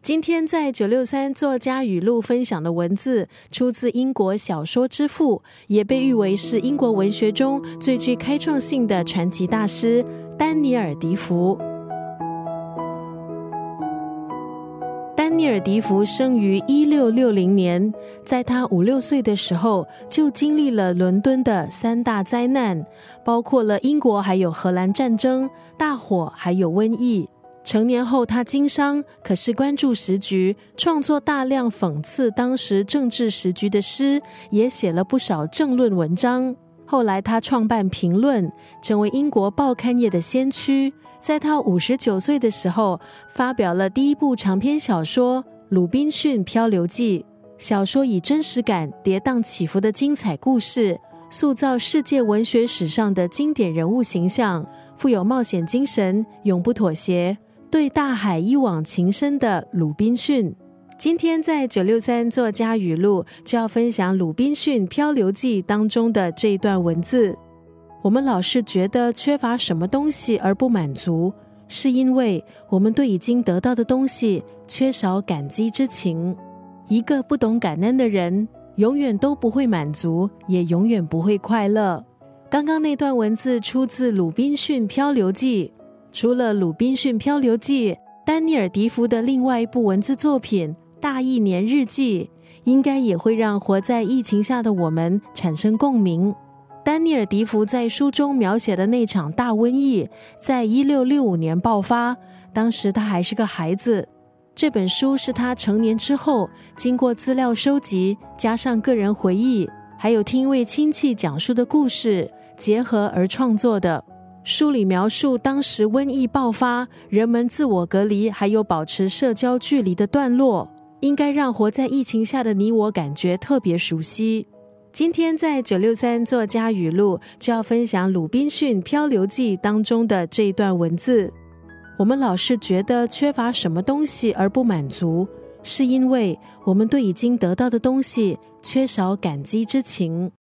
今天在963作家语录分享的文字出自英国小说之父，也被誉为是英国文学中最具开创性的传奇大师丹尼尔·迪福。丹尼尔·迪福生于1660年，在他5、6岁的时候就经历了伦敦的3大灾难，包括了英国还有荷兰战争、大火还有瘟疫。成年后他经商，可是关注时局，创作大量讽刺当时政治时局的诗，也写了不少政论文章。后来他创办评论，成为英国报刊业的先驱。在他59岁的时候，发表了第一部长篇小说《鲁滨逊漂流记》。小说以真实感、跌宕起伏的精彩故事，塑造世界文学史上的经典人物形象，富有冒险精神，永不妥协，对大海一往情深的鲁滨逊。今天在963作家语录就要分享《鲁滨逊漂流记》当中的这一段文字。我们老是觉得缺乏什么东西而不满足，是因为我们对已经得到的东西缺少感激之情。一个不懂感恩的人，永远都不会满足，也永远不会快乐。刚刚那段文字出自《鲁滨逊漂流记》。除了《鲁滨逊漂流记》，丹尼尔·迪福的另外一部文字作品《大疫年日记》，应该也会让活在疫情下的我们产生共鸣。丹尼尔·迪福在书中描写的那场大瘟疫，在1665年爆发，当时他还是个孩子。这本书是他成年之后，经过资料收集，加上个人回忆，还有听一位亲戚讲述的故事，结合而创作的。书里描述当时瘟疫爆发，人们自我隔离还有保持社交距离的段落，应该让活在疫情下的你我感觉特别熟悉。今天在963作家语录就要分享《鲁滨逊漂流记》当中的这一段文字。我们老是觉得缺乏什么东西而不满足，是因为我们对已经得到的东西缺少感激之情。